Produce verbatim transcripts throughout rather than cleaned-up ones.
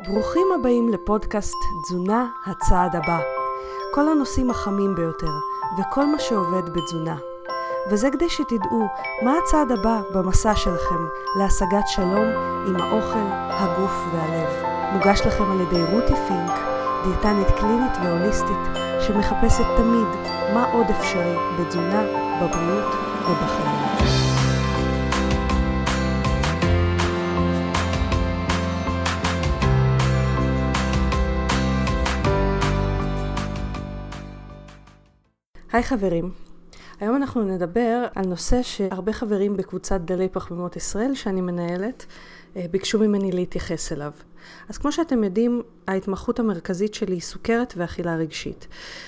ברוכים הבאים לפודקאסט תזונה הצעד הבא. כל הנושאים החמים ביותר וכל מה שעובד בתזונה. וזה כדי שתדעו מה הצעד הבא במסע שלכם להשגת שלום עם האוכל, הגוף והלב. מוגש לכם על ידי רותי פינק, דיאטנית קלינית והוליסטית שמחפשת תמיד מה עוד אפשרי בתזונה, בבריאות ובחיים. היי חברים, היום אנחנו נדבר על נושא שהרבה חברים בקבוצת דלי פחמימות ישראל שאני מנהלת ביקשו ממני להתייחס אליו. אז כמו שאתם יודעים, ההתמחות המרכזית שלי היא סוכרת ואכילה רגשית.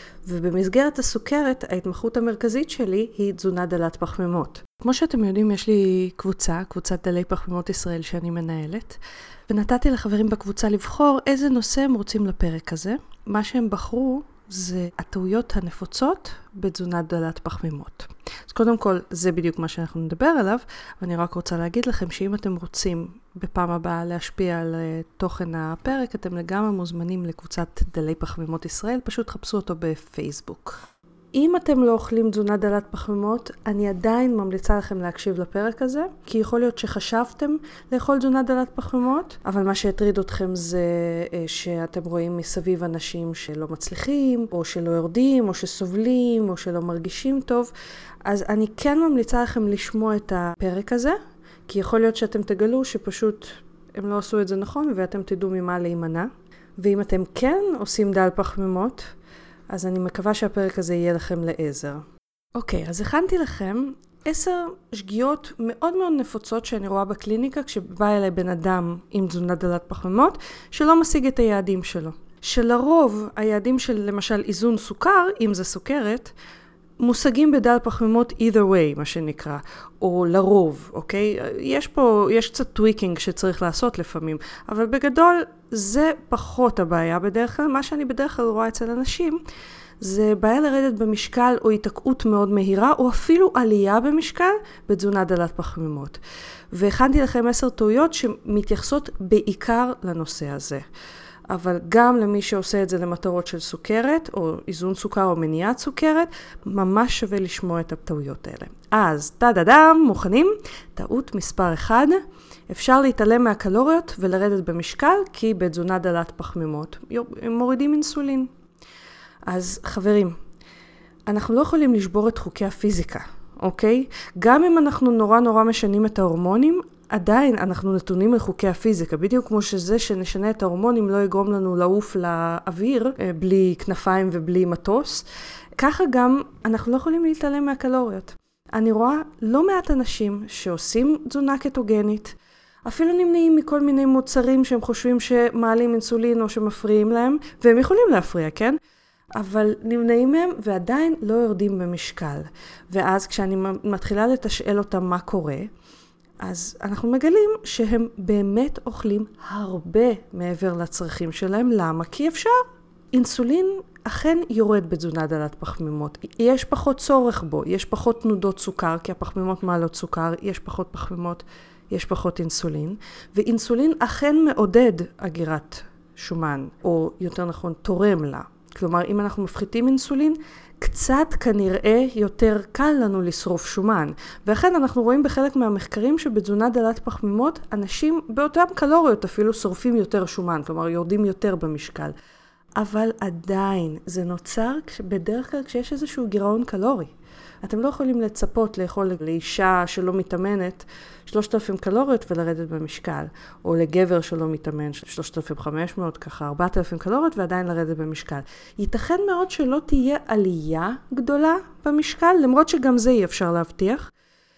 ובמסגרת הסוכרת, ההתמחות המרכזית שלי היא תזונה דלת פחמימות. כמו שאתם יודעים, יש לי קבוצה, קבוצת דלי פחמימות ישראל שאני מנהלת, ונתתי לחברים בקבוצה לבחור איזה נושא הם רוצים לפרק הזה. מה שהם בחרו זה הטעויות הנפוצות בתזונה דלת פחמימות. אז קודם כל, זה בדיוק מה שאנחנו נדבר עליו, ואני רק רוצה להגיד לכם שאם אתם רוצים בפעם הבאה להשפיע על תוכן הפרק, אתם לגמרי מוזמנים לקבוצת דלי פחמימות ישראל, פשוט חפשו אותו בפייסבוק. אם אתם לא אוכלים תזונה דלת פחמימות, אני עדיין ממליצה לכם להקשיב לפרק הזה, כי יכול להיות שחשבתם לאכול תזונה דלת פחמימות, אבל מה שהטריד אתכם זה שאתם רואים מסביב אנשים שלא מצליחים, או שלא יורדים, או שסובלים, או שלא מרגישים טוב. אז אני כן ממליצה לכם לשמוע את הפרק הזה, כי יכול להיות שאתם תגלו שפשוט הם לא עשו את זה נכון, ואתם תדעו ממה להימנע. ואם אתם כן עושים דל פחמימות, אז אני מקווה שהפרק הזה יהיה לכם לעזר. אוקיי, אז הכנתי לכם עשר שגיאות מאוד מאוד נפוצות שאני רואה בקליניקה כשבא אליי בן אדם עם תזונה דלת פחמימות שלא משיג את היעדים שלו. שלרוב היעדים של למשל איזון סוכר, אם זה סוכרת, מושגים בדל פחמימות either way, מה שנקרא, או לרוב, אוקיי? יש פה, יש קצת טוויקינג שצריך לעשות לפעמים, אבל בגדול זה פחות הבעיה בדרך כלל. מה שאני בדרך כלל רואה אצל אנשים, זה בעיה לרדת במשקל או התעקעות מאוד מהירה, או אפילו עלייה במשקל בתזונה דלת פחמימות. והכנתי לכם עשר טעויות שמתייחסות בעיקר לנושא הזה. אבל גם למי שעושה את זה למטרות של סוכרת, או איזון סוכר או מניעת סוכרת, ממש שווה לשמוע את הטעויות האלה. אז, טה-דה-דם, מוכנים? טעות מספר אחד, אפשר להתעלם מהקלוריות ולרדת במשקל, כי בתזונה דלת פחמימות הם מורידים אינסולין. אז חברים, אנחנו לא יכולים לשבור את חוקי הפיזיקה, אוקיי? גם אם אנחנו נורא נורא משנים את ההורמונים, עדיין אנחנו נתונים לחוקי הפיזיקה, בדיוק כמו שזה שנשנה את ההורמונים לא יגרום לנו לעוף לאוויר, בלי כנפיים ובלי מטוס. ככה גם אנחנו לא יכולים להתעלם מהקלוריות. אני רואה לא מעט אנשים שעושים תזונה קטוגנית, אפילו נמנעים מכל מיני מוצרים שהם חושבים שמעלים אינסולין או שמפריעים להם, והם יכולים להפריע, כן? אבל נמנעים מהם ועדיין לא יורדים במשקל. ואז כשאני מתחילה לתשאל אותם מה קורה, אז אנחנו מגלים שהם באמת אוכלים הרבה מעבר לצרכים שלהם. למה? כי אפשר. אינסולין אכן יורד בתזונה דלת פחמימות. יש פחות צורך בו, יש פחות תנודות סוכר, כי הפחמימות מעלות סוכר, יש פחות פחמימות, יש פחות אינסולין. ואינסולין אכן מעודד אגירת שומן, או יותר נכון תורם לה. כלומר, אם אנחנו מפחיתים אינסולין, קצת כנראה יותר קל לנו לשרוף שומן. ואכן אנחנו רואים בחלק מהמחקרים שבתזונה דלת פחמימות, אנשים באותם קלוריות אפילו שורפים יותר שומן, כלומר יורדים יותר במשקל. אבל עדיין זה נוצר בדרך כלל כשיש איזשהו גירעון קלורי. אתם לא יכולים לצפות לאכול לאישה שלא מתאמנת שלושת אלפים קלוריות ולרדת במשקל, או לגבר שלא מתאמן שלושת אלפים וחמש מאות, ככה ארבעת אלפים קלוריות ועדיין לרדת במשקל. ייתכן מאוד שלא תהיה עלייה גדולה במשקל, למרות שגם זה אי אפשר להבטיח,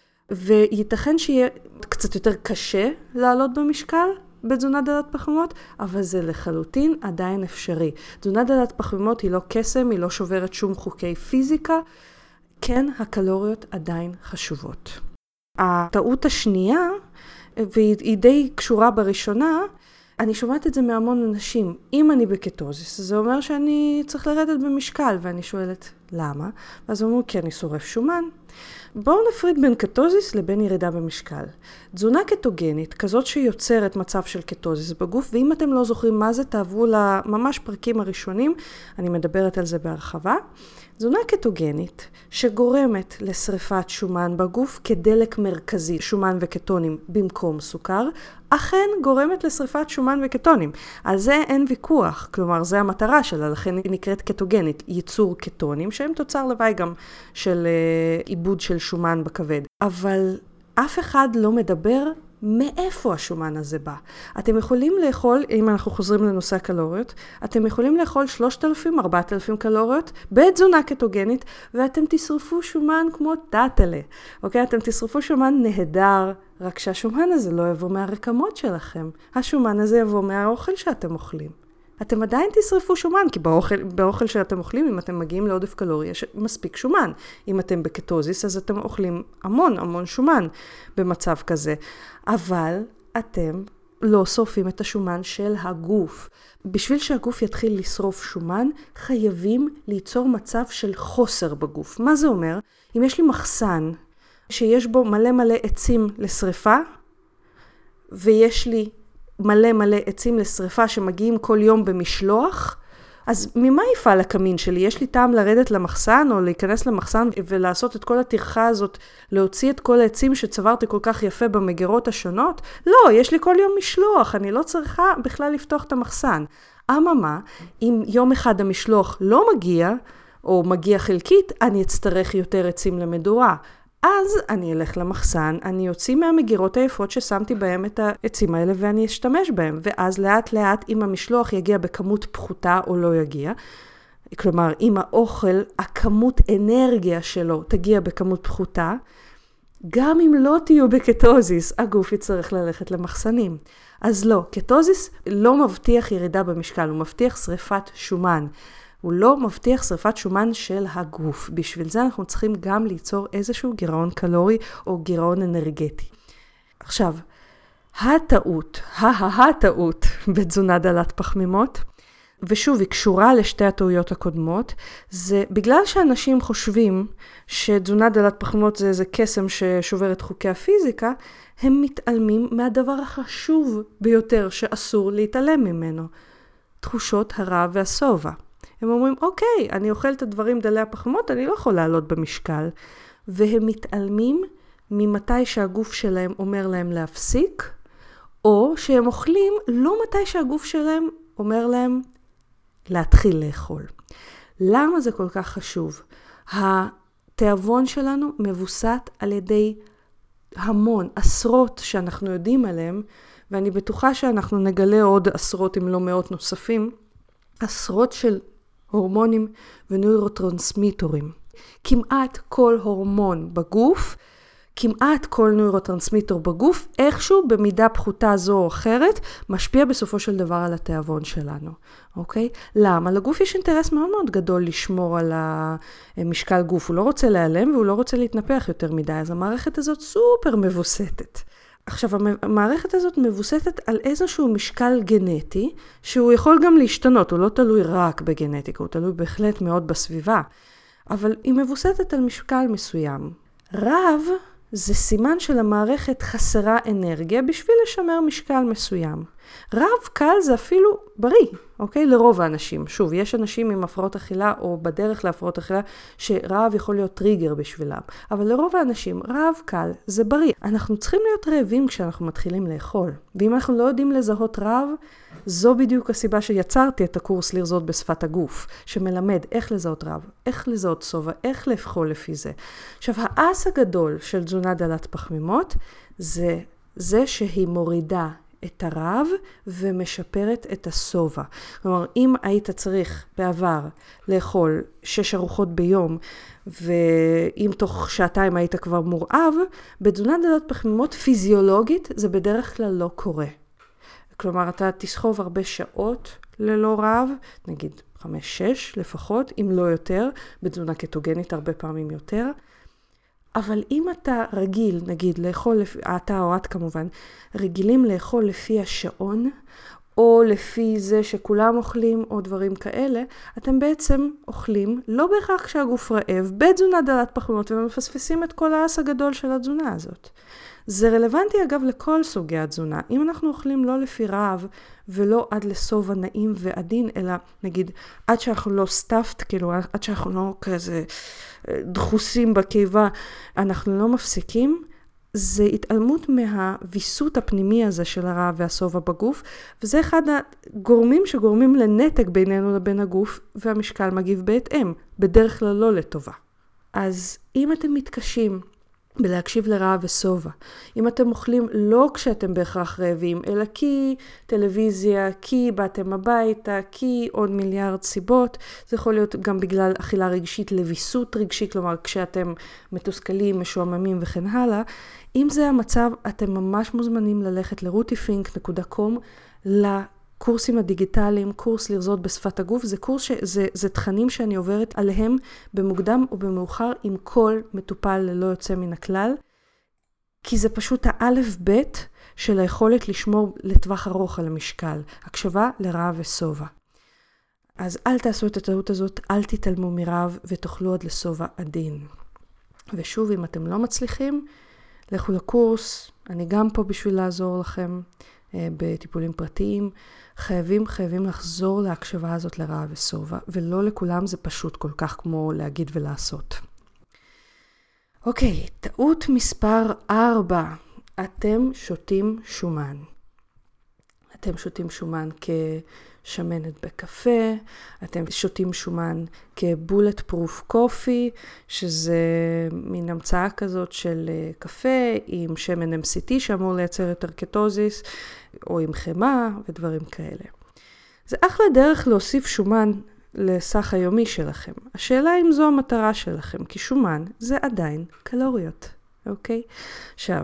וייתכן שיהיה קצת יותר קשה לעלות במשקל בתזונה דלת פחמימות, אבל זה לחלוטין עדיין אפשרי. תזונה דלת פחמימות היא לא קסם, היא לא שוברת שום חוקי פיזיקה, כן, הקלוריות עדיין חשובות. הטעות השנייה, והיא די קשורה בראשונה, אני שומעת את זה מהמון אנשים. אם אני בקטוזיס, זה אומר שאני צריך לרדת במשקל, ואני שואלת למה? ואז אומרים, כי אני שורף שומן. בואו נפריד בין קטוזיס לבין ירידה במשקל. תזונה קטוגנית, כזאת שיוצרת מצב של קטוזיס בגוף, ואם אתם לא זוכרים מה זה, תעברו לממש פרקים הראשונים, אני מדברת על זה בהרחבה. תזונה קטוגנית שגורמת לשריפת שומן בגוף כדלק מרכזי, שומן וקטונים במקום סוכר, אכן גורמת לשריפת שומן וקטונים. על זה אין ויכוח, כלומר זה המטרה שלה, לכן היא נקראת קטוגנית, ייצור קטונים, שהם תוצר לוואי גם של אה, עיבוד של שומן בכבד. אבל אף אחד לא מדבר מאיפה השומן הזה בא. אתם יכולים לאכול, אם אנחנו חוזרים לנושא הקלוריות, אתם יכולים לאכול שלושת אלפים, ארבעת אלפים קלוריות בתזונה קטוגנית, ואתם תשרפו שומן כמו טאטלה. אוקיי? אתם תשרפו שומן נהדר, רק שהשומן הזה לא יבוא מהרקמות שלכם. השומן הזה יבוא מהאוכל שאתם אוכלים. אתם עדיין תשרפו שומן, כי באוכל, באוכל שאתם אוכלים, אם אתם מגיעים לעודף קלורי, יש מספיק שומן. אם אתם בקטוזיס, אז אתם אוכלים המון, המון שומן במצב כזה. אבל אתם לא שורפים את השומן של הגוף. בשביל שהגוף יתחיל לשרוף שומן, חייבים ליצור מצב של חוסר בגוף. מה זה אומר? אם יש לי מחסן שיש בו מלא מלא עצים לשריפה, ויש לי מלא מלא עצים לשריפה שמגיעים כל יום במשלוח, אז ממה יפעל הקמין שלי? יש לי טעם לרדת למחסן או להיכנס למחסן ולעשות את כל התרחה הזאת, להוציא את כל העצים שצברתי כל כך יפה במגירות השונות? לא, יש לי כל יום משלוח, אני לא צריכה בכלל לפתוח את המחסן. אממה, אם יום אחד המשלוח לא מגיע, או מגיע חלקית, אני אצטרך יותר עצים למדורה. אז אני אלך למחסן, אני אוציא מהמגירות היפות ששמתי בהם את העצים האלה ואני אשתמש בהם. ואז לאט לאט אם המשלוח יגיע בכמות פחותה או לא יגיע, כלומר אם האוכל, הכמות אנרגיה שלו תגיע בכמות פחותה, גם אם לא תהיו בקטוזיס, הגוף יצטרך ללכת למחסנים. אז לא, קטוזיס לא מבטיח ירידה במשקל, הוא מבטיח שריפת שומן. הוא לא מבטיח שריפת שומן של הגוף. בשביל זה אנחנו צריכים גם ליצור איזשהו גירעון קלורי או גירעון אנרגטי. עכשיו, הטעות, הטעות בתזונה דלת פחמימות, ושוב, היא קשורה לשתי הטעויות הקודמות, זה בגלל שאנשים חושבים שתזונה דלת פחמימות זה איזה קסם ששובר את חוקי הפיזיקה, הם מתעלמים מהדבר החשוב ביותר שאסור להתעלם ממנו, תחושות הרע והשובע. הם אומרים, אוקיי, אני אוכל את הדברים דלי הפחמימות, אני לא יכול לעלות במשקל. והם מתעלמים ממתי שהגוף שלהם אומר להם להפסיק, או שהם אוכלים לא מתי שהגוף שלהם אומר להם להתחיל לאכול. למה זה כל כך חשוב? התיאבון שלנו מבוסת על ידי המון, עשרות שאנחנו יודעים עליהם, ואני בטוחה שאנחנו נגלה עוד עשרות אם לא מאות נוספים, עשרות של הורמונים ונוירוטרנסמיטורים. כמעט כל הורמון בגוף, כמעט כל נוירוטרנסמיטור בגוף, איכשהו במידה פחותה זו או אחרת, משפיע בסופו של דבר על התיאבון שלנו. אוקיי? למה? לגוף יש אינטרס מאוד מאוד גדול לשמור על המשקל גוף. הוא לא רוצה להיעלם והוא לא רוצה להתנפח יותר מדי. אז המערכת הזאת סופר מבוסתת. עכשיו, המערכת הזאת מבוסתת על איזשהו משקל גנטי, שהוא יכול גם להשתנות, הוא לא תלוי רק בגנטיקה, הוא תלוי בהחלט מאוד בסביבה, אבל היא מבוסתת על משקל מסוים. רב זה סימן של המערכת חסרה אנרגיה בשביל לשמר משקל מסוים. רב קל זה אפילו בריא, אוקיי? לרוב האנשים. שוב, יש אנשים עם הפרעות אכילה או בדרך להפרעות אכילה שרעב יכול להיות טריגר בשבילם. אבל לרוב האנשים, רעב קל זה בריא. אנחנו צריכים להיות רעבים כשאנחנו מתחילים לאכול. ואם אנחנו לא יודעים לזהות רעב, זו בדיוק הסיבה שיצרתי את הקורס לרזות בשפת הגוף, שמלמד איך לזהות רעב, איך לזהות שובע, איך לאכול לפי זה. עכשיו, האס הגדול של תזונה דלת פחמימות זה זה שהיא מורידה את הרעב ומשפרת את השובע. כלומר, אם היית צריך בעבר לאכול שש ארוחות ביום, ואם תוך שעתיים היית כבר מורעב, בתזונה דלת פחמימות פיזיולוגית זה בדרך כלל לא קורה. כלומר, אתה תסחוב הרבה שעות ללא רעב, נגיד חמש שש לפחות, אם לא יותר, בתזונה קטוגנית הרבה פעמים יותר. אבל אם אתה רגיל, נגיד, לאכול, אתה או את כמובן, רגילים לאכול לפי השעון, או לפי זה שכולם אוכלים, או דברים כאלה, אתם בעצם אוכלים, לא בהכרח כשהגוף רעב, בתזונה דלת פחמימות, ומפספסים את כל האס הגדול של התזונה הזאת. זה רלוונטי אגב לכל סוגי התזונה. אם אנחנו אוכלים לא לפי רעב, ולא עד לסוף הנעים ועדין, אלא נגיד עד שאנחנו לא סטפט, כאילו עד שאנחנו לא כזה דחוסים בקיבה, אנחנו לא מפסיקים, זה התעלמות מהוויסות הפנימי הזה של הרעב והשובע בגוף, וזה אחד הגורמים שגורמים לנתק בינינו לבין הגוף, והמשקל מגיב בהתאם, בדרך כלל לא לטובה. אז אם אתם מתקשים בלהקשיב לרעב ושובע, אם אתם אוכלים לא כשאתם בהכרח רעבים, אלא כי טלוויזיה, כי באתם הביתה, כי עוד מיליארד סיבות, זה יכול להיות גם בגלל אכילה רגשית לוויסות רגשית, כלומר כשאתם מתוסכלים, משועממים וכן הלאה. אם זה המצב, אתם ממש מוזמנים ללכת ל-רותי פינק דוט קום, לקורסים הדיגיטליים, קורס לרזות בשפת הגוף. זה קורס ש... זה, זה תכנים שאני עוברת עליהם במוקדם או במאוחר עם כל מטופל ללא יוצא מן הכלל, כי זה פשוט האלף בית של היכולת לשמור לטווח ארוך על המשקל, הקשבה לרעב ושובע. אז אל תעשו את הטעות הזאת, אל תתעלמו מרעב ותאכלו עד לשובע עדין. ושוב, אם אתם לא מצליחים, לכו לקורס, אני גם פה בשביל לעזור לכם אה, בטיפולים פרטיים. חייבים, חייבים לחזור להקשבה הזאת לרעב ושובע, ולא לכולם זה פשוט כל כך כמו להגיד ולעשות. אוקיי, טעות מספר ארבע, אתם שותים שומן. אתם שותים שומן כשמנת בקפה, אתם שותים שומן כבולט פרוף קופי, שזה מין המצאה כזאת של קפה עם שמן אם סי טי שאמור לייצר יותר קטוזיס, או עם חמה ודברים כאלה. זה אחלה דרך להוסיף שומן לסך היומי שלכם. השאלה אם זו המטרה שלכם, כי שומן זה עדיין קלוריות, אוקיי? עכשיו,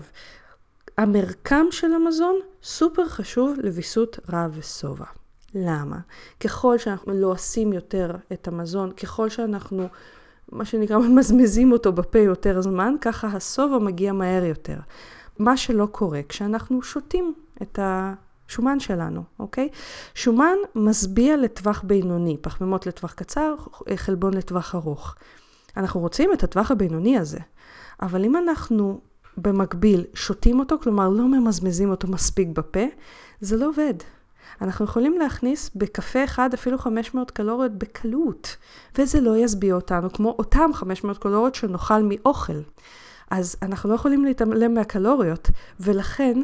המרקם של המזון סופר חשוב לוויסות רעב ושובע. למה? ככל שאנחנו לועסים יותר את המזון, ככל שאנחנו, מה שנקרא, מזמזים אותו בפה יותר זמן, ככה השובע מגיע מהר יותר. מה שלא קורה כשאנחנו שותים את השומן שלנו, אוקיי? שומן מסביע לטווח בינוני, פחמימות לטווח קצר, חלבון לטווח ארוך. אנחנו רוצים את הטווח הבינוני הזה, אבל אם אנחנו במקביל שותים אותו, כלומר לא ממזמזים אותו מספיק בפה, זה לא עובד. אנחנו יכולים להכניס בקפה אחד אפילו חמש מאות קלוריות בקלות, וזה לא יסביע אותנו כמו אותם חמש מאות קלוריות שנאכל מאוכל. אז אנחנו לא יכולים להתעלם מהקלוריות, ולכן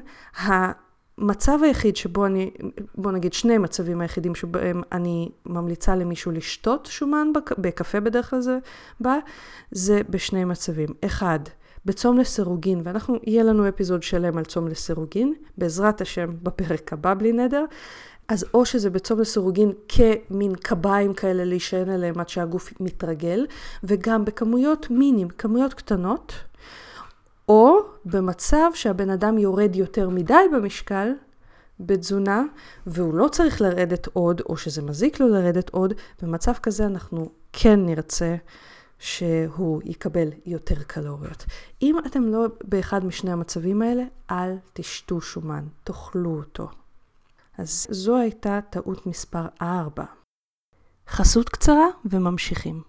המצב היחיד שבו אני, בוא נגיד שני מצבים היחידים שבהם אני ממליצה למישהו לשתות שומן בקפה בדרך כלל זה בא, זה בשני מצבים. אחד, בצום לסירוגין, ואנחנו, יהיה לנו אפיזוד שלם על צום לסירוגין, בעזרת השם בפרק הבא בלי נדר, אז או שזה בצום לסירוגין כמין קביים כאלה להישען עליהם עד שהגוף מתרגל, וגם בכמויות מינים, כמויות קטנות, או במצב שהבן אדם יורד יותר מדי במשקל, בתזונה, והוא לא צריך לרדת עוד, או שזה מזיק לו לרדת עוד, במצב כזה אנחנו כן נרצה שהוא יקבל יותר קלוריות. אם אתם לא באחד משני המצבים האלה, אל תשתו שומן, תאכלו אותו. אז זו הייתה טעות מספר ארבע. חסות קצרה וממשיכים.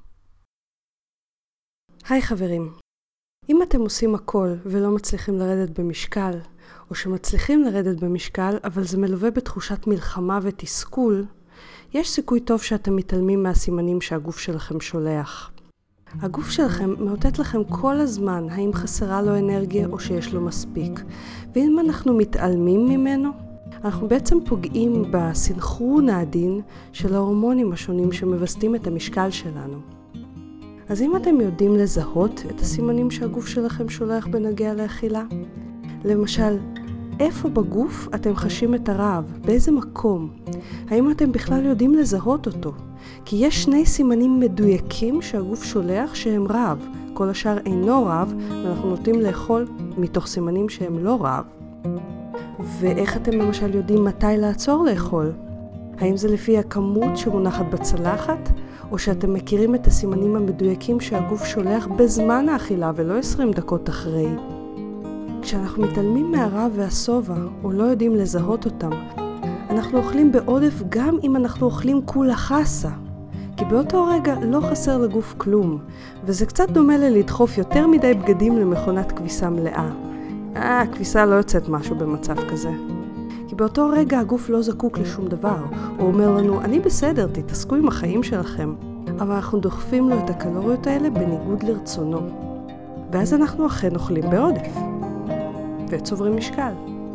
היי חברים, אם אתם עושים הכל ולא מצליחים לרדת במשקל, או שמצליחים לרדת במשקל, אבל זה מלווה בתחושת מלחמה ותסכול, יש סיכוי טוב שאתם מתעלמים מהסימנים שהגוף שלכם שולח. הגוף שלכם מאותת לכם כל הזמן האם חסרה לו אנרגיה או שיש לו מספיק. ואם אנחנו מתעלמים ממנו, אנחנו בעצם פוגעים בסנכרון העדין של ההורמונים השונים שמווסתים את המשקל שלנו. אז אם אתם יודעים לזהות את הסימנים שהגוף שלכם שולח בנוגע לאכילה, למשל, איפה בגוף אתם חשים את הרעב? באיזה מקום? האם אתם בכלל יודעים לזהות אותו? כי יש שני סימנים מדויקים שהגוף שולח שהם רעב. כל השאר אינו רעב, ואנחנו נוטים לאכול מתוך סימנים שהם לא רעב. ואיך אתם למשל יודעים מתי לעצור לאכול? האם זה לפי הכמות שמונחת בצלחת? או שאתם מכירים את הסימנים המדויקים שהגוף שולח בזמן האכילה ולא עשרים דקות אחרי? כשאנחנו מתעלמים מהרעב והשובע או לא יודעים לזהות אותם, אנחנו אוכלים בעודף גם אם אנחנו אוכלים כולה חסה. כי באותו רגע לא חסר לגוף כלום, וזה קצת דומה ללדחוף יותר מדי בגדים למכונת כביסה מלאה. אה, הכביסה לא יוצאת משהו במצב כזה. כי באותו רגע הגוף לא זקוק לשום דבר. הוא אומר לנו, אני בסדר, תתעסקו עם החיים שלכם. אבל אנחנו דוחפים לו את הקלוריות האלה בניגוד לרצונו. ואז אנחנו אכן אוכלים בעודף. וצוברים משקל.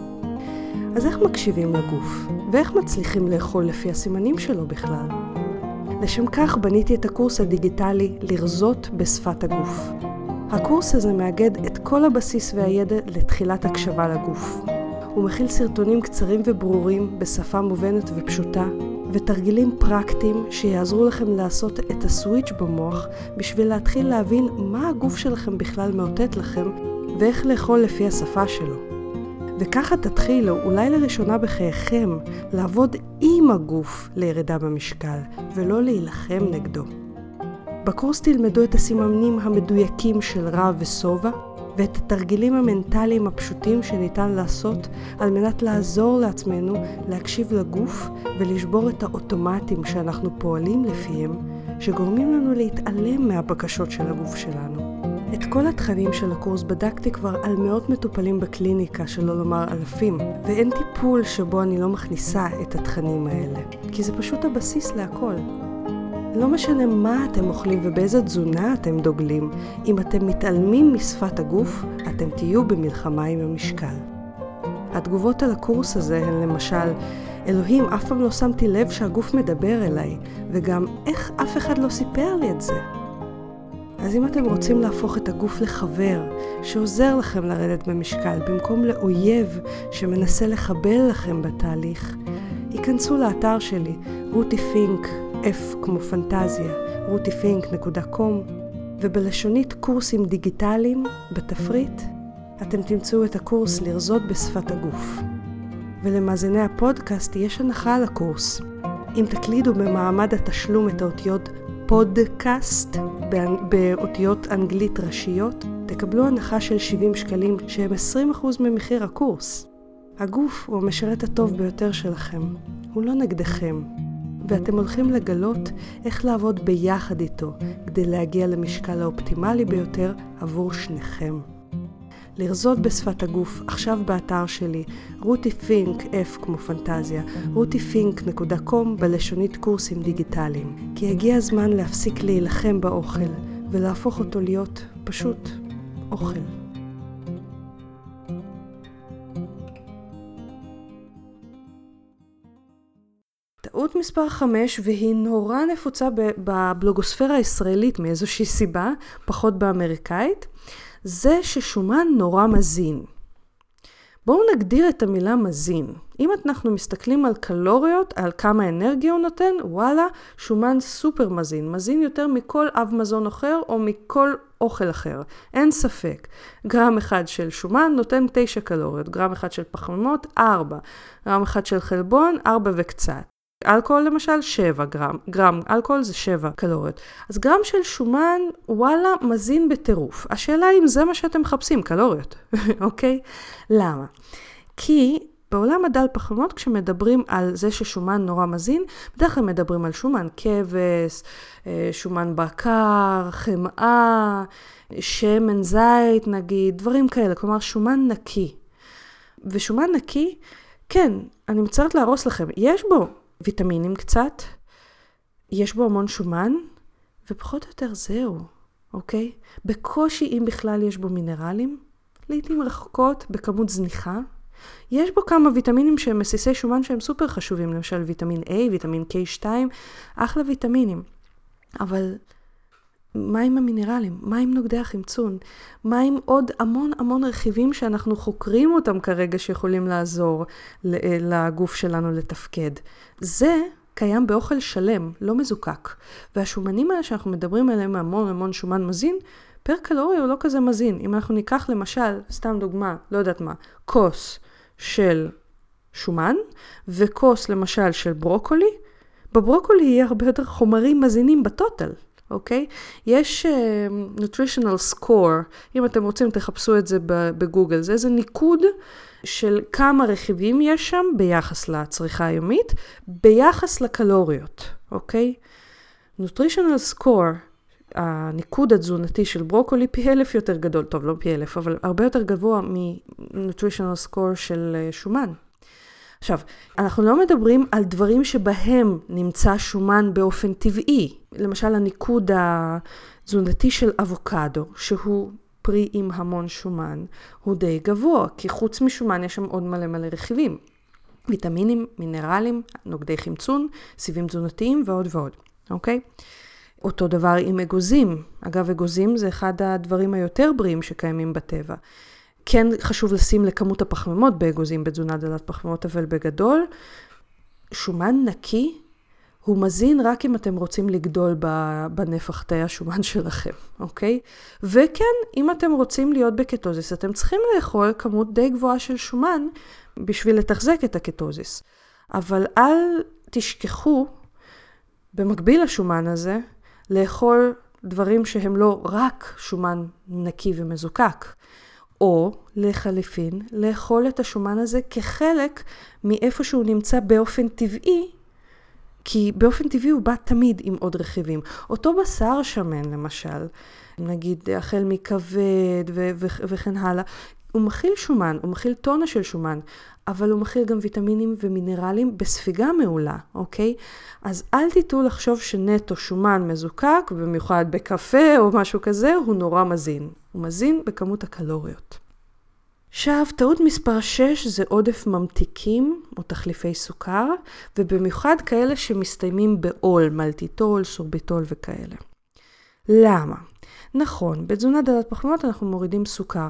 אז איך מקשיבים לגוף? ואיך מצליחים לאכול לפי הסימנים שלו בכלל? לשם כך בניתי את הקורס הדיגיטלי לרזות בשפת הגוף. הקורס הזה מאגד את כל הבסיס והידע לתחילת הקשבה לגוף. הוא מכיל סרטונים קצרים וברורים בשפה מובנת ופשוטה, ותרגילים פרקטיים שיעזרו לכם לעשות את הסוויץ' במוח בשביל להתחיל להבין מה הגוף שלכם בכלל מאותת לכם ואיך לאכול לפי השפה שלו. וככה תתחילו, אולי לראשונה בחייכם, לעבוד עם הגוף לירידה במשקל, ולא להילחם נגדו. בקורס תלמדו את הסימנים המדויקים של רע ושובע, ואת התרגילים המנטליים הפשוטים שניתן לעשות על מנת לעזור לעצמנו להקשיב לגוף ולשבור את האוטומטים שאנחנו פועלים לפיהם, שגורמים לנו להתעלם מהבקשות של הגוף שלנו. את כל התכנים של הקורס בדקתי כבר על מאות מטופלים בקליניקה, שלא לומר אלפים, ואין טיפול שבו אני לא מכניסה את התכנים האלה, כי זה פשוט הבסיס להכל. לא משנה מה אתם אוכלים ובאיזה תזונה אתם דוגלים, אם אתם מתעלמים משפת הגוף, אתם תהיו במלחמה עם המשקל. התגובות על הקורס הזה הן למשל, אלוהים, אף פעם לא שמתי לב שהגוף מדבר אליי, וגם איך אף אחד לא סיפר לי את זה. אז אם אתם רוצים להפוך את הגוף לחבר שעוזר לכם לרדת במשקל במקום לאויב שמנסה לחבל לכם בתהליך, היכנסו לאתר שלי רותי פינק, F כמו פנטזיה, רותי פינק נקודה קום, ובלשונית קורסים דיגיטליים בתפריט אתם תמצאו את הקורס לרזות בשפת הגוף. ולמאזיני הפודקאסט יש הנחה על הקורס. אם תקלידו במעמד התשלום את האותיות פודקאסט באותיות אנגלית ראשיות, תקבלו הנחה של שבעים שקלים שהם עשרים אחוז ממחיר הקורס. הגוף הוא המשרת הטוב ביותר שלכם, הוא לא נגדכם, ואתם הולכים לגלות איך לעבוד ביחד איתו כדי להגיע למשקל האופטימלי ביותר עבור שניכם. לרזות בשפת הגוף עכשיו באתר שלי רותי פינק, F כמו פנטזיה, רותי פינק נקודה קום בלשונית קורסים דיגיטליים, כי הגיע הזמן להפסיק להילחם באוכל ולהפוך אותו להיות פשוט אוכל. טעות מספר חמש, והיא נורא נפוצה בבלוגוספירה הישראלית מאיזושהי סיבה, פחות באמריקאית, זה ששומן נורא מזין. בואו נגדיר את המילה מזין. אם אנחנו מסתכלים על קלוריות, על כמה אנרגיה הוא נותן, וואלה, שומן סופר מזין. מזין יותר מכל אב מזון אחר או מכל אוכל אחר. אין ספק. גרם אחד של שומן נותן תשע קלוריות, גרם אחד של פחמימות, ארבע. גרם אחד של חלבון, ארבע וקצת. אלכוהול למשל, שבע גרם. גרם אלכוהול זה שבע קלוריות. אז גרם של שומן, וואלה, מזין בטירוף. השאלה אם זה מה שאתם מחפשים, קלוריות. אוקיי? למה? כי בעולם הדל פחמימות, כשמדברים על זה ששומן נורא מזין, בדרך כלל מדברים על שומן כבש, שומן בקר, חמאה, שמן זית נגיד, דברים כאלה. כלומר, שומן נקי. ושומן נקי, כן, אני מצטערת להרוס לכם. יש בו ויטמינים קצת, יש בו המון שומן, ופחות או יותר זהו, אוקיי? בקושי אם בכלל יש בו מינרלים, לעתים רחוקות, בכמות זניחה. יש בו כמה ויטמינים שהם מסיסי שומן שהם סופר חשובים, למשל ויטמין A, ויטמין קיי שתיים, אחלה ויטמינים. אבל מה עם המינרלים? מה עם נוגדי החמצון? מה עם עוד המון המון רכיבים שאנחנו חוקרים אותם כרגע שיכולים לעזור לגוף שלנו לתפקד? זה קיים באוכל שלם, לא מזוקק. והשומנים האלה שאנחנו מדברים עליהם המון המון שומן מזין, פר קלוריה הוא לא כזה מזין. אם אנחנו ניקח למשל, סתם דוגמה, לא יודעת מה, כוס של שומן, וכוס למשל של ברוקולי, בברוקולי יהיה הרבה יותר חומרים מזינים בטוטל. אוקיי? יש uh, nutritional score, אם אתם רוצים תחפשו את זה בגוגל, זה איזה ניקוד של כמה רכיבים יש שם ביחס לצריכה היומית, ביחס לקלוריות, אוקיי? Nutritional Score, הניקוד התזונתי של ברוקולי פי אלף יותר גדול, טוב, לא פי אלף, אבל הרבה יותר גבוה מ-Nutritional Score של שומן. עכשיו, אנחנו לא מדברים על דברים שבהם נמצא שומן באופן טבעי. למשל, הניקוד התזונתי של אבוקדו, שהוא פרי עם המון שומן, הוא די גבוה, כי חוץ משומן יש שם עוד מלא מלא רכיבים. ויטמינים, מינרלים, נוגדי חמצון, סיבים תזונתיים ועוד ועוד. אוקיי? אותו דבר עם אגוזים. אגב, אגוזים זה אחד הדברים היותר בריאים שקיימים בטבע. כן חשוב לשים לכמות הפחמימות באגוזים, בתזונה דלת פחמימות, אבל בגדול, שומן נקי הוא מזין רק אם אתם רוצים לגדול בנפח תאי השומן שלכם, אוקיי? וכן, אם אתם רוצים להיות בקטוזיס, אתם צריכים לאכול כמות די גבוהה של שומן בשביל לתחזק את הקטוזיס. אבל אל תשכחו, במקביל לשומן הזה, לאכול דברים שהם לא רק שומן נקי ומזוקק, או לחליפין, לאכול את השומן הזה כחלק מאיפה שהוא נמצא באופן טבעי, כי באופן טבעי הוא בא תמיד עם עוד רכיבים. אותו בשר שמן למשל, נגיד החל מכבד ו- ו- וכן הלאה, הוא מכיל שומן, הוא מכיל טונה של שומן, אבל הוא מכיל גם ויטמינים ומינרלים בספיגה מעולה, אוקיי? אז אל תיתו לחשוב שנטו שומן מזוקק, במיוחד בקפה או משהו כזה, הוא נורא מזין. הוא מזין בכמות הקלוריות. עכשיו, טעות מספר שש זה עודף ממתיקים או תחליפי סוכר, ובמיוחד כאלה שמסתיימים באול, מלטיטול, סורביטול וכאלה. למה? נכון, בתזונה דלת פחמימות אנחנו מורידים סוכר.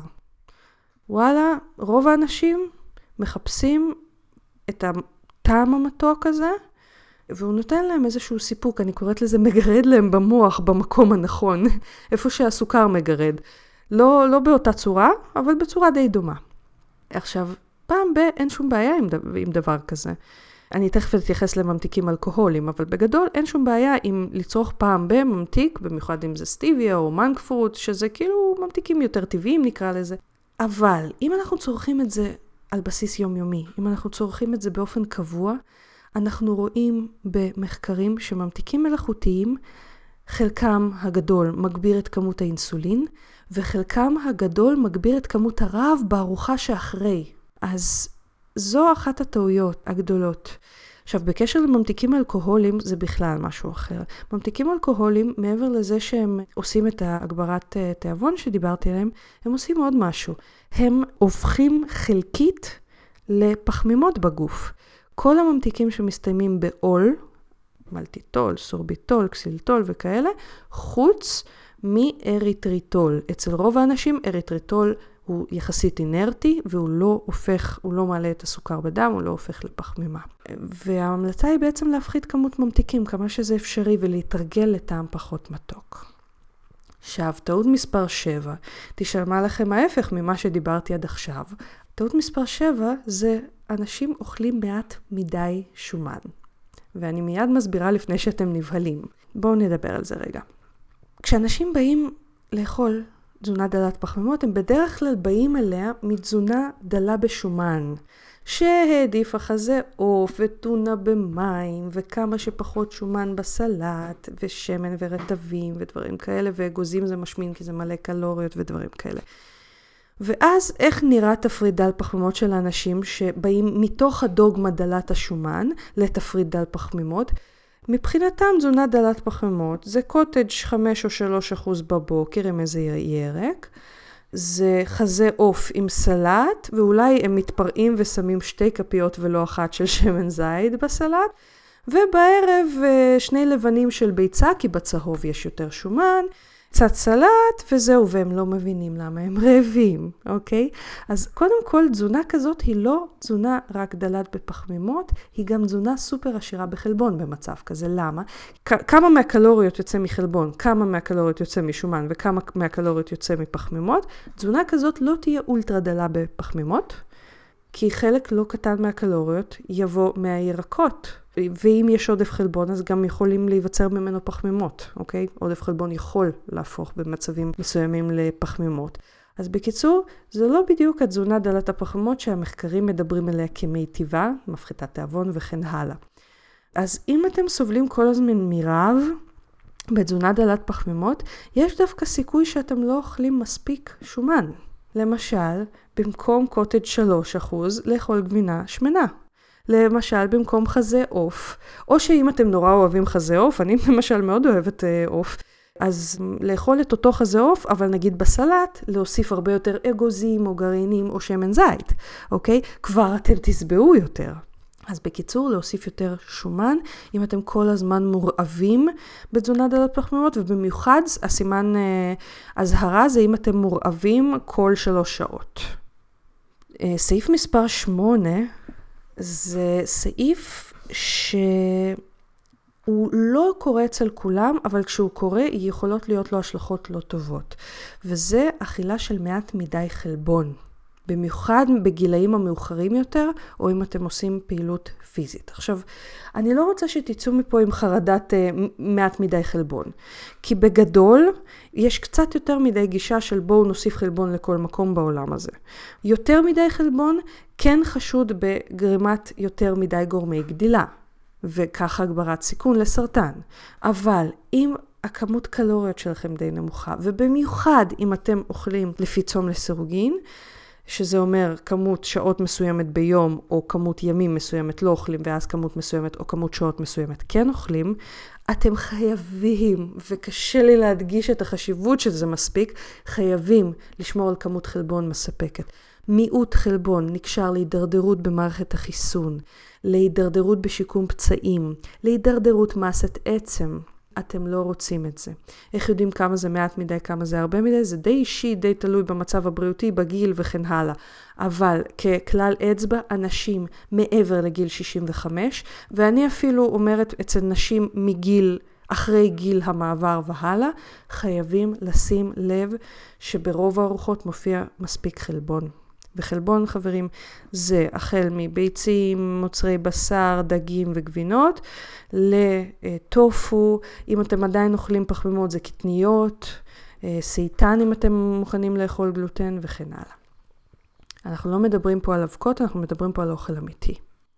וואלה, רוב האנשים מחפשים את הטעם המתוק הזה, והוא נותן להם איזשהו סיפוק, אני קוראת לזה מגרד להם במוח, במקום הנכון, איפה שהסוכר מגרד. לא, לא באותה צורה, אבל בצורה די דומה. עכשיו, פעם ב- אין שום בעיה עם, ד- עם דבר כזה. אני תכף אתייחס לממתיקים אלכוהולים, אבל בגדול אין שום בעיה עם לצרוך פעם בממתיק, במיוחד אם זה סטיביה או מנק פרוט, שזה כאילו ממתיקים יותר טבעיים נקרא לזה. אבל אם אנחנו צורכים את זה על בסיס יומיומי, אם אנחנו צורכים את זה באופן קבוע, אנחנו רואים במחקרים שממתיקים מלאכותיים, חלקם הגדול מגביר את כמות האינסולין, וחלקם הגדול מגביר את כמות הרעב בארוחה שאחרי. אז זו אחת הטעויות הגדולות. עכשיו, בקשר לממתיקים אלכוהולים, זה בכלל משהו אחר. ממתיקים אלכוהולים, מעבר לזה שהם עושים את ההגברת תיאבון שדיברתי עליהם, הם עושים עוד משהו. הם הופכים חלקית לפחמימות בגוף. כל הממתיקים שמסתיימים באול, מלטיטול, סורביטול, קסילטול וכאלה, חוץ מאריתריטול. אצל רוב האנשים אריתריטול הוא יחסית אינרטי, והוא לא הופך, הוא לא מעלה את הסוכר בדם, הוא לא הופך לפחמימה. וההמלצה היא בעצם להפחית כמות ממתיקים, כמה שזה אפשרי, ולהתרגל לטעם פחות מתוק. עכשיו, טעות מספר שבע, תשמע לכם ההפך ממה שדיברתי עד עכשיו. טעות מספר שבע זה אנשים אוכלים מעט מדי שומן. ואני מיד מסבירה לפני שאתם נבהלים. בואו נדבר על זה רגע. כשאנשים באים לאכול תזונה דלת פחמימות, הם בדרך כלל באים אליה מתזונה דלה בשומן, שהעדיפה חזה עוף וטונה במים, וכמה שפחות שומן בסלט, ושמן ורטבים ודברים כאלה, ואגוזים זה משמין כי זה מלא קלוריות ודברים כאלה. ואז איך נראה תפריט דל פחמימות של האנשים שבאים מתוך הדוגמה דלת השומן לתפריט דל פחמימות? מבחינתם תזונה דלת פחמימות זה קוטג' חמש או שלוש אחוז בבוקר עם איזה ירק, זה חזה עוף עם סלט, ואולי הם מתפרעים ושמים שתי כפיות ולא אחת של שמן זית בסלט, ובערב שני לבנים של ביצה, כי בצהוב יש יותר שומן, קצת סלט וזהו, והם לא מבינים למה הם רעבים, אוקיי? אז קודם כל, תזונה כזאת היא לא תזונה רק דלת בפחמימות, היא גם תזונה סופר עשירה בחלבון במצב כזה. למה? כ- כמה מהקלוריות יוצא מחלבון, כמה מהקלוריות יוצא משומן וכמה מהקלוריות יוצא מפחמימות. תזונה כזאת לא תהיה אולטרה דלה בפחמימות, כי חלק לא קטן מהקלוריות יבוא מהירקות. ואם יש עודף חלבון, אז גם יכולים להיווצר ממנו פחמימות, אוקיי? עודף חלבון יכול להפוך במצבים מסוימים לפחמימות. אז בקיצור, זה לא בדיוק התזונה דלת הפחמימות שהמחקרים מדברים עליה כמיטיבה, מפחיתת תיאבון וכן הלאה. אז אם אתם סובלים כל הזמן מרעב בתזונה דלת פחמימות, יש דווקא סיכוי שאתם לא אוכלים מספיק שומן. למשל, במקום קוטג' שלושה אחוז, לאכול גבינה שמנה. למשל, במקום חזה עוף, או שאם אתם נורא אוהבים חזה עוף, אני למשל מאוד אוהבת עוף, אז לאכול את אותו חזה עוף, אבל נגיד בסלט, להוסיף הרבה יותר אגוזים או גרעינים או שמן זית, אוקיי? כבר אתם תסבעו יותר. אז בקיצור, להוסיף יותר שומן, אם אתם כל הזמן מורעבים בתזונה דלת פחמימות, ובמיוחד הסימן הזהרה זה אם אתם מורעבים כל שלוש שעות. סעיף מספר שמונה, זה סעיף שהוא לא קורה אצל כולם, אבל כשהוא קורה, יכולות להיות לו השלכות לא טובות. וזה אכילה של מעט מדי חלבון. במיוחד בגילאים המאוחרים יותר, או אם אתם עושים פעילות פיזית. עכשיו, אני לא רוצה שתצאו מפה עם חרדת uh, מעט מדי חלבון. כי בגדול, יש קצת יותר מדי גישה של בואו נוסיף חלבון לכל מקום בעולם הזה. יותר מדי חלבון כן חשוד בגרימת יותר מדי גורמי גדילה, וכך הגברת סיכון לסרטן. אבל אם הכמות קלוריות שלכם די נמוכה, ובמיוחד אם אתם אוכלים לפי צום לסירוגין, שזה אומר כמות שעות מסוימת ביום, או כמות ימים מסוימת לא אוכלים, ואז כמות מסוימת, או כמות שעות מסוימת כן אוכלים, אתם חייבים, וקשה לי להדגיש את החשיבות שזה מספיק, חייבים לשמור על כמות חלבון מספקת. מיעוט חלבון נקשר להידרדרות במערכת החיסון, להידרדרות בשיקום פצעים, להידרדרות מסת עצם. אתם לא רוצים את זה. איך יודעים כמה זה מעט מדי, כמה זה הרבה מדי? זה די אישי, די תלוי במצב הבריאותי, בגיל וכן הלאה. אבל ככלל אצבע, אנשים מעבר לגיל שישים וחמש, ואני אפילו אומרת אצל נשים מגיל, אחרי גיל המעבר והלאה, חייבים לשים לב שברוב הארוחות מופיע מספיק חלבון. וחלבון, חברים, זה החל מביצים, מוצרי בשר, דגים וגבינות, לטופו, אם אתם עדיין אוכלים פחמימות זה קטניות, סייטן אם אתם מוכנים לאכול גלוטן וכן הלאה. אנחנו לא מדברים פה על אבקות, אנחנו מדברים פה על אוכל אמיתי.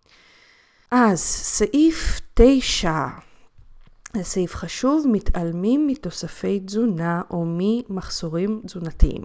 אז סעיף תשע, זה סעיף חשוב, מתעלמים מתוספי תזונה או ממחסורים תזונתיים.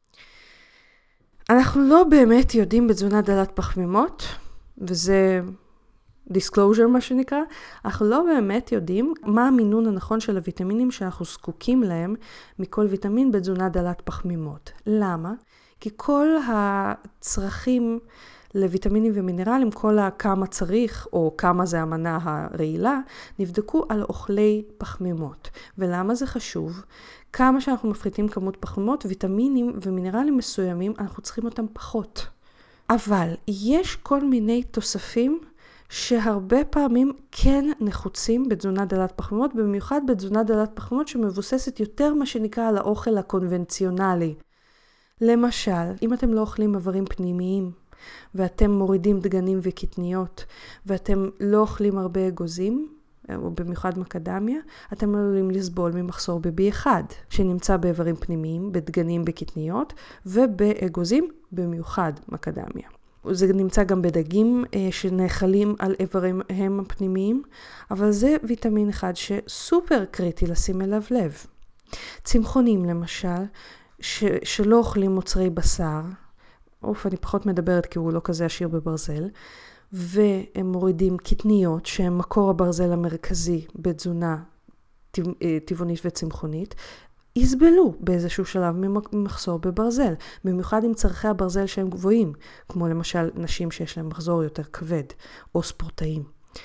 אנחנו לא באמת יודעים בתזונה דלת פחמימות, וזה disclosure מה שנקרא, אנחנו לא באמת יודעים מה המינון הנכון של הוויטמינים שאנחנו זקוקים להם מכל ויטמין בתזונה דלת פחמימות. למה? כי כל הצרכים לויטמינים ומינרלים, כל כמה צריך או כמה זה המנה הרעילה, נבדקו על אוכלי פחמימות. ולמה זה חשוב? כמה שאנחנו מפחיתים כמות פחמימות, ויטמינים ומינרלים מסוימים, אנחנו צריכים אותם פחות. אבל יש כל מיני תוספים שהרבה פעמים כן נחוצים בתזונה דלת פחמימות, במיוחד בתזונה דלת פחמימות שמבוססת יותר מה שנקרא על האוכל הקונבנציונלי. למשל, אם אתם לא אוכלים איברים פנימיים, ואתם מורידים דגנים וקטניות, ואתם לא אוכלים הרבה אגוזים, או במיוחד מקדמיה, אתם עלולים לסבול ממחסור ב-בי אחד, שנמצא באיברים פנימיים, בדגנים בקטניות, ובאגוזים במיוחד מקדמיה. זה נמצא גם בדגים שנאכלים על איברים הם הפנימיים, אבל זה ויטמין אחד שסופר קריטי לשים אליו לב. צמחונים למשל, ש- שלא אוכלים מוצרי בשר, אוף, אני פחות מדברת כי הוא לא כזה עשיר בברזל, והם מורידים קטניות שהם מקור הברזל המרכזי בתזונה טבעונית וצמחונית, יסבלו באיזשהו שלב ממחסור בברזל, במיוחד עם צרכי הברזל שהם גבוהים, כמו למשל נשים שיש להם מחזור יותר כבד, או ספורטאים.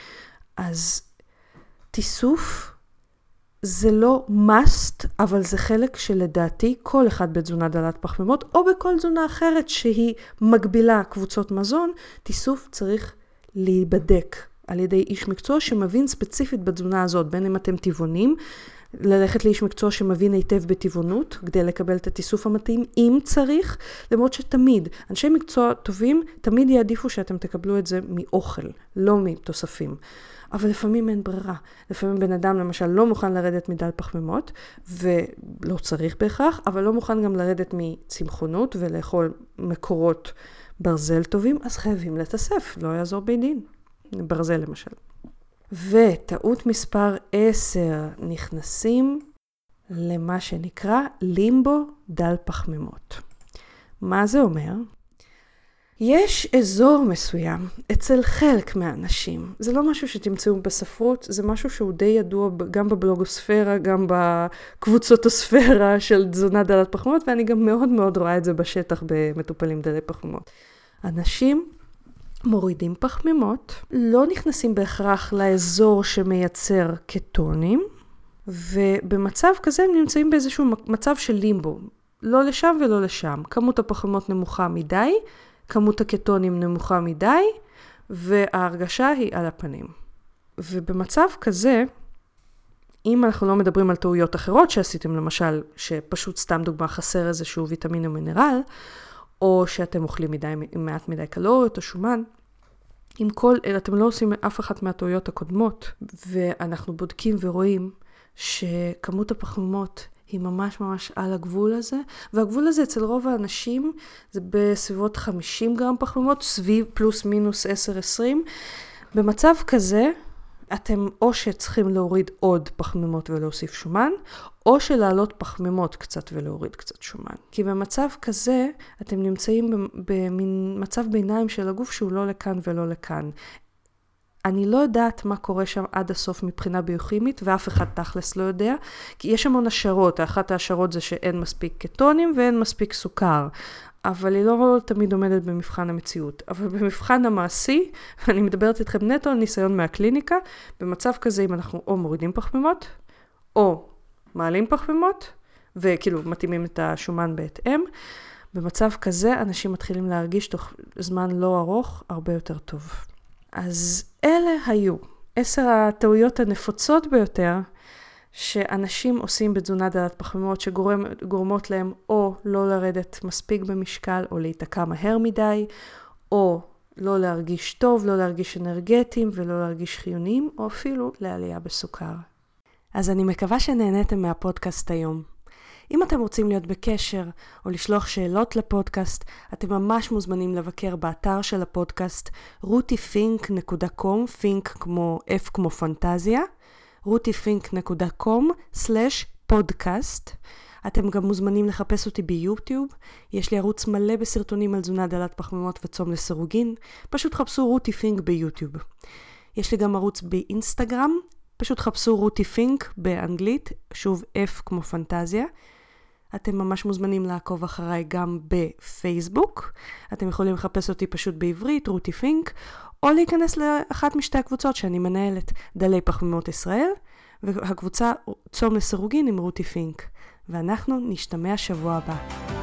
אז תיסוף זה לא must, אבל זה חלק שלדעתי כל אחד בתזונה דלת פחמימות, או בכל תזונה אחרת שהיא מגבילה קבוצות מזון, תיסוף צריך להיבדק על ידי איש מקצוע שמבין ספציפית בתזונה הזאת, בין אם אתם טבעונים, ללכת לאיש מקצוע שמבין היטב בטבעונות, כדי לקבל את התיסוף המתאים, אם צריך, למרות שתמיד, אנשי מקצוע טובים, תמיד יעדיפו שאתם תקבלו את זה מאוכל, לא מתוספים. אבל לפעמים אין ברירה. לפעמים בן אדם למשל לא מוכן לרדת מדל פחמימות, ולא צריך בהכרח, אבל לא מוכן גם לרדת מצמחונות ולאכול מקורות ברזל טובים, אז חייבים לתאסף, לא יעזור בית דין. ברזל למשל. וטעות מספר עשר, נכנסים למה שנקרא לימבו דל פחמימות. מה זה אומר? יש אזור מסוים אצל חלק מהאנשים. זה לא משהו שתמצאו בספרות, זה משהו שהוא די ידוע גם בבלוגוספירה, גם בקבוצות הספירה של תזונה דלת פחמימות, ואני גם מאוד מאוד רואה את זה בשטח במטופלים דלי פחמימות. אנשים מורידים פחמימות, לא נכנסים בהכרח לאזור שמייצר קטונים, ובמצב כזה הם נמצאים באיזשהו מצב של לימבו. לא לשם ולא לשם. כמות הפחמימות נמוכה מדי, כמות הקטונים נמוכה מדי, וההרגשה היא על הפנים. ובמצב כזה, אם אנחנו לא מדברים על טעויות אחרות שעשיתם, למשל, שפשוט סתם דוגמה חסר איזשהו ויטמין או מינרל, או שאתם אוכלים מדי, מעט מדי קלוריות או שומן, עם כל, אתם לא עושים אף אחת מהטעויות הקודמות, ואנחנו בודקים ורואים שכמות הפחמימות היא ממש ממש על הגבול הזה, והגבול הזה אצל רוב האנשים זה בסביבות חמישים גרם פחמימות, סביב פלוס מינוס עשר עשרים. במצב כזה, אתם או שצריכים להוריד עוד פחמימות ולהוסיף שומן, או שלהעלות פחמימות קצת ולהוריד קצת שומן. כי במצב כזה, אתם נמצאים במין מצב ביניים של הגוף שהוא לא לכאן ולא לכאן. אני לא יודעת מה קורה שם עד הסוף מבחינה ביוכימית, ואף אחד תכלס לא יודע, כי יש המון השערות. אחת ההשערות זה שאין מספיק קטונים ואין מספיק סוכר, אבל היא לא תמיד עומדת במבחן המציאות. אבל במבחן המעשי, אני מדברת איתכם נטו על ניסיון מהקליניקה, במצב כזה אם אנחנו או מורידים פחמימות, או מעלים פחמימות, וכאילו מתאימים את השומן בהתאם, במצב כזה אנשים מתחילים להרגיש תוך זמן לא ארוך הרבה יותר טוב. אז אלה היו עשר הטעויות הנפוצות ביותר שאנשים עושים בתזונה דלת פחמימות שגורמות להם או לא לרדת מספיק במשקל או להיתקע מהר מדי, או לא להרגיש טוב, לא להרגיש אנרגטיים ולא להרגיש חיוניים, או אפילו לעלייה בסוכר. אז אני מקווה שנהניתם מהפודקאסט היום. אם אתם רוצים להיות בקשר או לשלוח שאלות לפודקאסט, אתם ממש מוזמנים לבקר באתר של הפודקאסט רותי פינק נקודה קום, פינק כמו F כמו פנטזיה, רותי פינק נקודה קום סלש פודקאסט. אתם גם מוזמנים לחפש אותי ביוטיוב, יש לי ערוץ מלא בסרטונים על תזונה דלת פחמימות וצום לסירוגין, פשוט חפשו רותי פינק ביוטיוב. יש לי גם ערוץ באינסטגרם, פשוט חפשו רותי פינק באנגלית, שוב F כמו פנטזיה. אתם ממש מוזמנים לעקוב אחריי גם בפייסבוק. אתם יכולים לחפש אותי פשוט בעברית, רותי פינק, או להיכנס לאחת משתי הקבוצות שאני מנהלת, דלי פחמימות ישראל, והקבוצה צום לסירוגין עם רותי פינק. ואנחנו נשתמע שבוע הבא.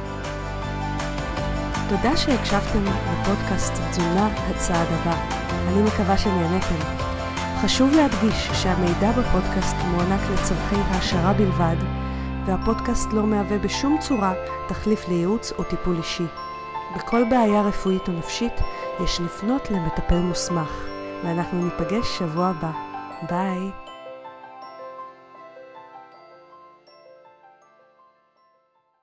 תודה שהקשבתם לפודקאסט תזונה הצעד הבא. אני מקווה שנהנתם. חשוב להדגיש שהמידע בפודקאסט מוענק לצורכי העשרה בלבד, והפודקאסט לא מהווה בשום צורה תחליף לייעוץ או טיפול אישי. בכל בעיה רפואית או נפשית יש לפנות למטפל מוסמך, ואנחנו ניפגש שבוע הבא. ביי.